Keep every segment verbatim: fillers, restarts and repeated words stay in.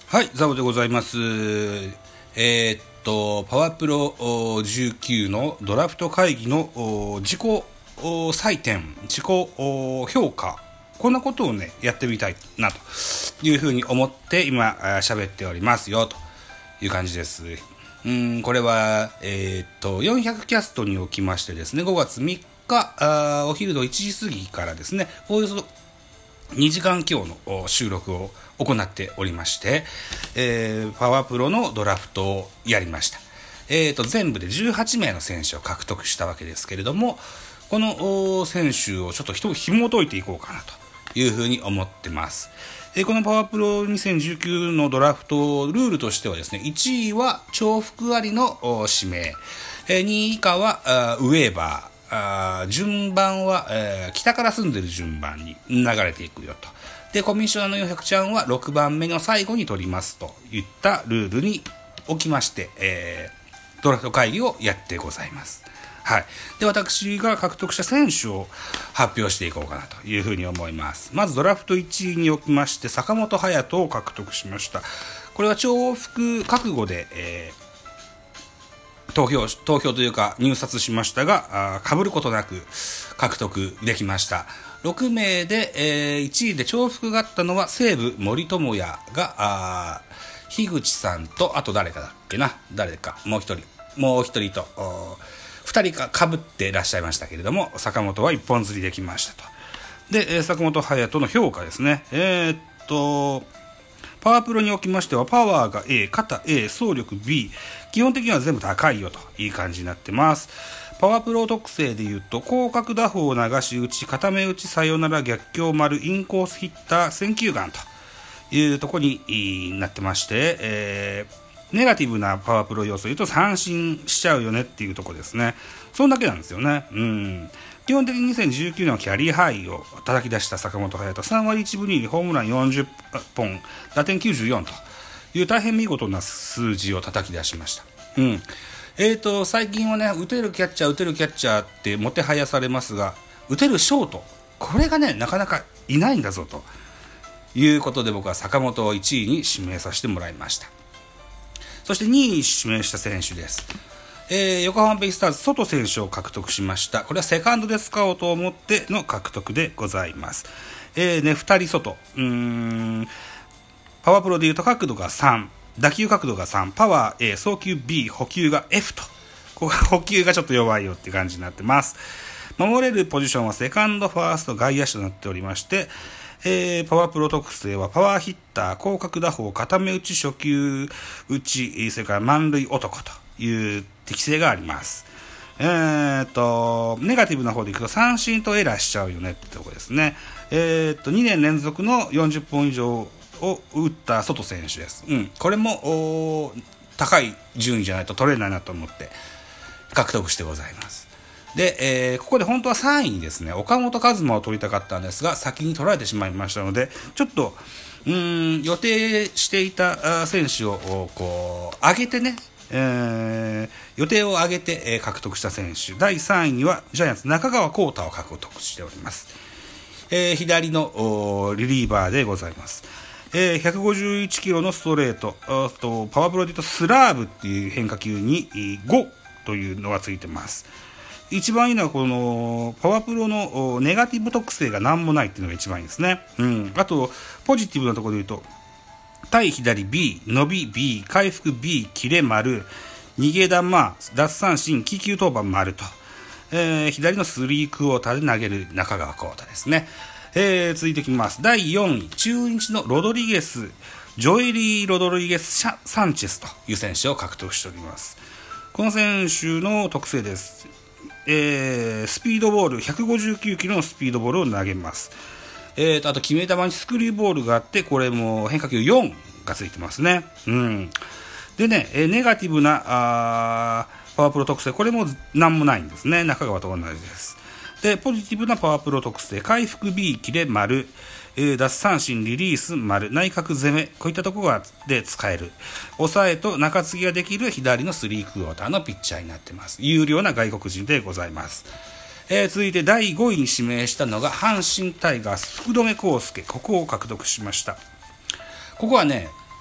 はい、ザボでございます。えー、っと、パワープロじゅうきゅうのドラフト会議の自己採点、自己評価、こんなことをね、やってみたいなというふうに思って今喋っておりますよという感じです。うんこれは、えー、っと、よんひゃくキャストにおきましてですね、ごがつみっか、あお昼のいちじ過ぎからですね、およそにじかん強の収録を行っておりまして、えー、パワープロのドラフトをやりました。えーと、全部でじゅうはちめいの選手を獲得したわけですけれども、この選手をちょっとひ紐解いていこうかなというふうに思ってます。えー、このパワープロにせんじゅうきゅうのドラフトルールとしてはですね、いちいは重複ありの指名、えー、にい以下はウェーバー、あ順番は、えー、北から住んでる順番に流れていくよと。で、コミッショナーのよんひゃくちゃんはろくばんめの最後に取りますといったルールにおきまして、えー、ドラフト会議をやってございます。はい。で、私が獲得した選手を発表していこうかなというふうに思います。まずドラフトいちいにおきまして、坂本勇人を獲得しました。これは重複覚悟で、えー投票、投票というか入札しましたが、被ることなく獲得できました。ろくめいで、えー、いちいで重複があったのは西武森友哉が、樋口さんと、あと誰かだっけな、誰か、もう一人、もう一人と、二人か被っていらっしゃいましたけれども、坂本は一本釣りできましたと。で、坂本勇人の評価ですね。えー、っと、パワープロにおきましてはパワーが A、肩 A、走力 B、基本的には全部高いよといい感じになってます。パワープロ特性でいうと広角打法流し打ち固め打ちサヨナラ逆境丸インコースヒッター選球眼というところになってまして、えー、ネガティブなパワープロ要素でいうと三振しちゃうよねっていうところですね。そんだけなんですよね。うん基本的ににせんじゅうきゅうねんはキャリーハイを叩き出した坂本勇人、さんわりいちぶにりホームランよんじゅっぽん、打点きゅうじゅうよんという大変見事な数字を叩き出しました。うん。えーと、最近はね、打てるキャッチャー、打てるキャッチャーってもてはやされますが、打てるショート、これがね、なかなかいないんだぞということで僕は坂本をいちいに指名させてもらいました。そしてにいに指名した選手です。えー、横浜ベイスターズソト選手を獲得しました。これはセカンドで使おうと思っての獲得でございます。えー、ね、ふたり外。うーん、パワープロでいうと角度がさん、打球角度がさん、パワー A、送球 B、補給が F と。ここ補給がちょっと弱いよって感じになってます。守れるポジションはセカンド、ファースト、外野手となっておりまして、えー、パワープロ特性はパワーヒッター、広角打法、固め打ち、初球打ち、それから満塁男という適性があります。えーと、ネガティブな方でいくと三振とエラーしちゃうよねってところですね。えーと、にねん連続のよんじゅっぽん以上を打ったソト選手です。うん。これも、高い順位じゃないと取れないなと思って獲得してございます。で、えー、ここで本当はさんいにですね、岡本和真を取りたかったんですが、先に取られてしまいましたので、ちょっと、うーん、予定していた選手を、こう、上げてね、えー、予定を上げて、えー、獲得した選手。だいさんいには、ジャイアンツ中川幸太を獲得しております。えー、左のリリーバーでございます。えー、ひゃくごじゅういちキロのストレート、とパワープロで言うとスラーブっていう変化球にごというのがついてます。一番いいのはこのパワープロのネガティブ特性が何もないっていうのが一番いいですね。うん。あとポジティブなところで言うと対左 B、伸び B、回復 B、キレ丸、逃げ玉、奪三振、緊急登板丸と、えー、左のスリークォーターで投げる中川幸太ですね。えー、続いてきます。だいよんい、中日のロドリゲス、ジョエリー・ロドリゲス・サンチェスという選手を獲得しております。この選手の特性です。えー、スピードボール、ひゃくごじゅうきゅうキロのスピードボールを投げます。えーと、あと決め球にスクリューボールがあって、これも変化球よんがついてますね。うん。でね、ネガティブなあーパワープロ特性、これも何もないんですね。中川と同じです。で、ポジティブなパワープロ特性、回復 B、キレ丸、えー、奪三振、リリース丸、内角攻め、こういったところで使える。抑えと中継ぎができる左のスリークォーターのピッチャーになっています。有料な外国人でございます。えー、続いてだいごいに指名したのが阪神タイガース福留孝介、ここを獲得しました。ここはね、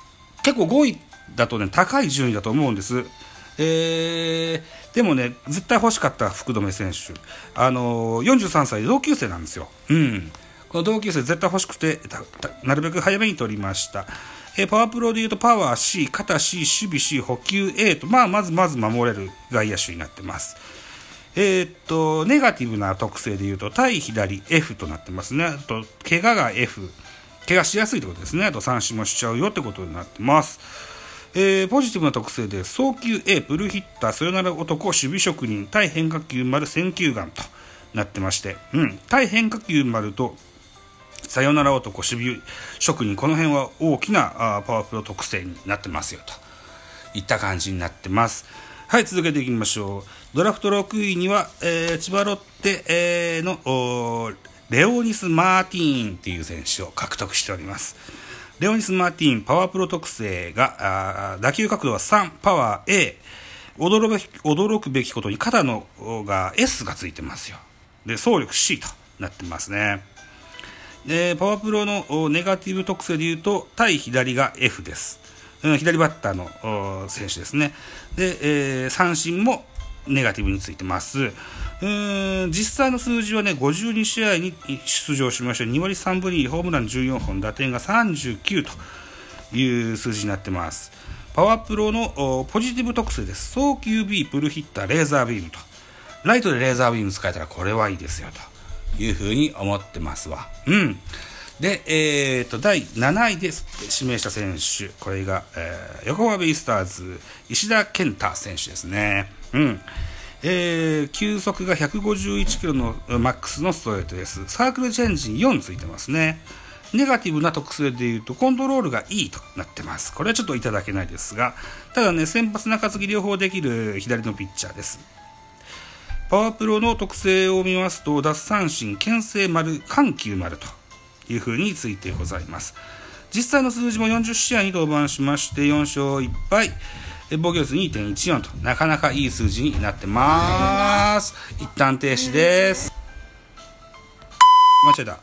結構ごいだとね、高い順位だと思うんです。えー、でもね、絶対欲しかった福留選手。あのー、よんじゅうさんさいで同級生なんですよ。うん。この同級生絶対欲しくて、なるべく早めに取りました。えー、パワープロでいうとパワー C、肩 C、守備 C、補給 A と、まあ、まずまず守れる外野手になってます。えー、っと、ネガティブな特性でいうと、対左 F となってますね。あと、怪我が F。怪我しやすいってことですね。あと、三振もしちゃうよってことになってます。えー、ポジティブな特性で、送球 A、プルヒッター、サヨナラ男、守備職人、対変化球丸、選球眼となってまして、うん、対変化球丸と、サヨナラ男、守備職人、この辺は大きなあパワープロ特性になってますよといった感じになってます。はい、続けていきましょう。ドラフトろくいには、えー、千葉ロッテ、えー、のレオニス・マーティーンという選手を獲得しております。レオニス・マーティーン、パワープロ特性が打球角度はさん、パワー A、 驚くべき、驚くべきことに肩のが S がついてますよ。で、走力 C となってますね。で、パワープロのネガティブ特性でいうと、対左が F です。左バッターの選手ですね。で、えー、三振もネガティブについてます。うーん、実際の数字はね、ごじゅうにしあいに出場しまして、にわりさんぶにり、ホームランじゅうよんほん、打点がさんじゅうきゅうという数字になってます。パワープロのポジティブ特性です。送球 B、プルヒッター、レーザービームと。ライトでレーザービーム使えたらこれはいいですよというふうに思ってますわ。うん。で、えー、とだいなないで指名した選手、これが、えー、横浜ベイスターズ石田健太選手ですね。うん。えー、球速がひゃくごじゅういちキロのマックスのストレートです。サークルチェンジによんついてますね。ネガティブな特性でいうとコントロールがいいとなってます。これはちょっといただけないですが、ただね、先発中継ぎ両方できる左のピッチャーです。パワープロの特性を見ますと、奪三振、牽制丸、緩急丸という風についてございます。実際の数字もよんじゅっしあいに登板しまして、よんしょういっぱい、防御率 にてんいちよん となかなかいい数字になってます。一旦停止です。間違えた。はい、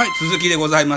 続きでございます。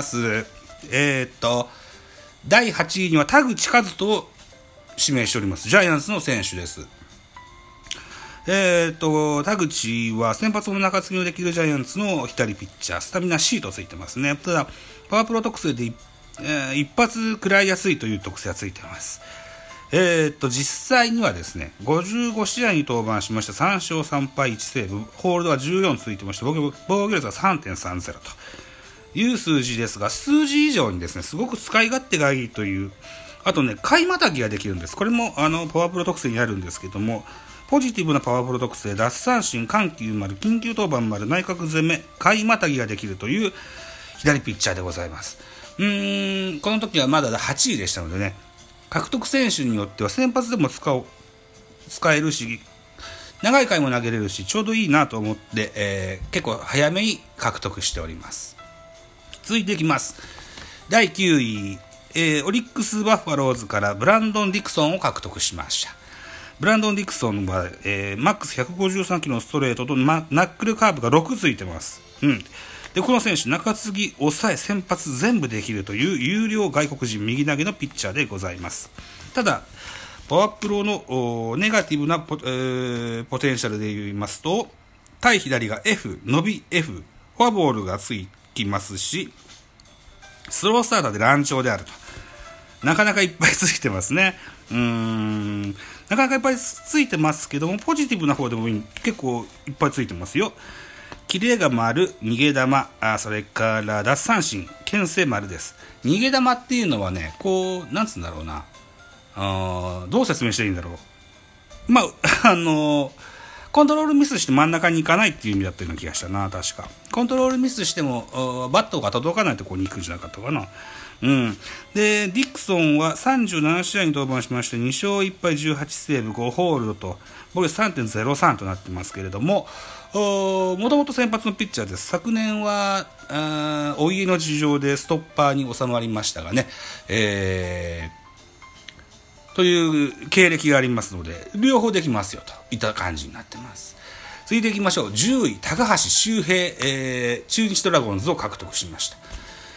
えー、っとだいはちいには田口和人を指名しております。ジャイアンツの選手です。えー、っと田口は先発の中継ぎのできるジャイアンツの左ピッチャー、スタミナ C とついてますね。ただパワープロ特性で、えー、一発食らいやすいという特性がついてます。えー、っと実際にはですね、ごじゅうごしあいに登板しました。さんしょうさんぱいいちセーブ、ホールドはじゅうよんついてまして、防御、防御率は さんてんさんゼロ という数字ですが、数字以上にですね、すごく使い勝手がいいという、あとね、買いまたぎができるんです。これもあのパワープロ特性にあるんですけども、ポジティブなパワープロ特性、奪三振、緩急丸、緊急登板丸、内角攻め、買いまたぎができるという左ピッチャーでございます。うーん、この時はまだはちいでしたのでね、獲得選手によっては先発でも使お使えるし、長い回も投げれるし、ちょうどいいなと思って、えー、結構早めに獲得しております。続いていきます。だいきゅうい、えー、オリックスバファローズからブランドン・ディクソンを獲得しました。ブランドン・ディクソンは、えー、マックスひゃくごじゅうさんキロのストレートと、ま、ナックルカーブがろくついてます。うん。で、この選手、中継ぎ、抑え、先発全部できるという有料外国人右投げのピッチャーでございます。ただ、パワープロのネガティブな ポ,、えー、ポテンシャルで言いますと、対左が F、伸び F、フォアボールがつきますし、スロースターターで乱調であると。なかなかいっぱいついてますね。うーん。なかなかいっぱいついてますけども、ポジティブな方でも結構いっぱいついてますよ。キレが丸、逃げ玉、あ、それから奪三振、牽制丸です。逃げ玉っていうのはね、こう、なんつうんだろうな。あ、どう説明していいんだろう。まあ、あのー、コントロールミスして真ん中に行かないっていう意味だったような気がしたな、確か。コントロールミスしても、バットが届かないところに行くんじゃなかったかな。うん。で、ディクソンはさんじゅうななしあいに登板しまして、にしょういっぱいじゅうはちセーブ、ごホールドと、防御率 さんてんゼロさん となってますけれども、もともと先発のピッチャーです。昨年は、お家の事情でストッパーに収まりましたがね、えー、という経歴がありますので、両方できますよといった感じになってます。続いていきましょう。じゅうい、高橋周平、えー、中日ドラゴンズを獲得しました。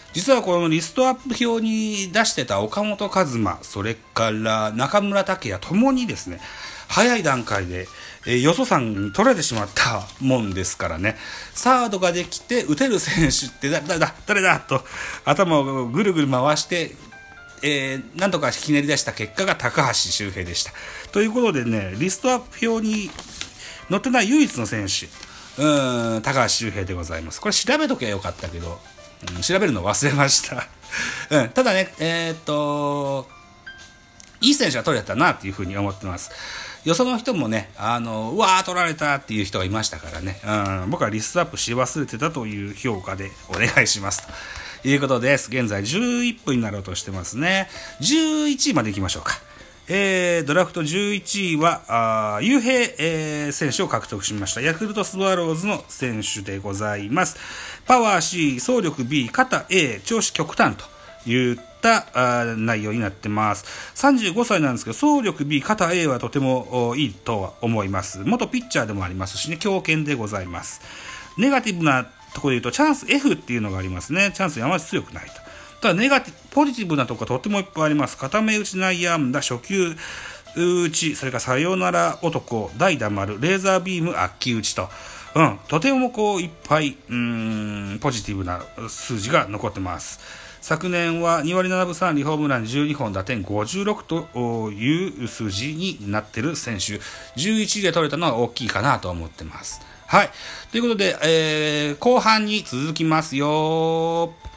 実はこのリストアップ表に出してた岡本和真、それから中村剛也ともにですね、早い段階で、えー、よそさんに取られてしまったもんですからね、サードができて打てる選手って誰だ誰だと頭をぐるぐる回して、えー、なんとかひねり出した結果が高橋周平でした。ということでね、リストアップ表に載ってない唯一の選手、うーん、高橋周平でございます。これ調べときゃよかったけど、うん、調べるの忘れました、うん、ただね、えー、っといい選手が取れたなっていうふうに思ってます。よその人もね、あのうわー取られたっていう人がいましたからね、うん、僕はリストアップし忘れてたという評価でお願いしますということです。現在じゅういっぷんになろうとしてますね。じゅういちいまでいきましょうか。えー、ドラフトじゅういちいは雄平、えー、選手を獲得しました。ヤクルトスワローズの選手でございます。パワー C、走力 B、肩 A、調子極端といった内容になってます。さんじゅうごさいなんですけど、走力 B、肩 A はとてもいいとは思います。元ピッチャーでもありますしね、強肩でございます。ネガティブなところで言うとチャンス F っていうのがありますね。チャンスあまり強くないと。ただネガティブ、ポジティブなところがとてもいっぱいあります。固め打ち内野安打、初球打ち、それからさよなら男、代打丸、レーザービーム、悪球打ちと、うん、とてもこういっぱい、うーん、ポジティブな数字が残ってます。昨年はにわりななぶさんり、ホームランじゅうにほん、打点ごじゅうろくという数字になっている選手、じゅういちいで取れたのは大きいかなと思ってます。はい。ということで、えー、後半に続きますよ。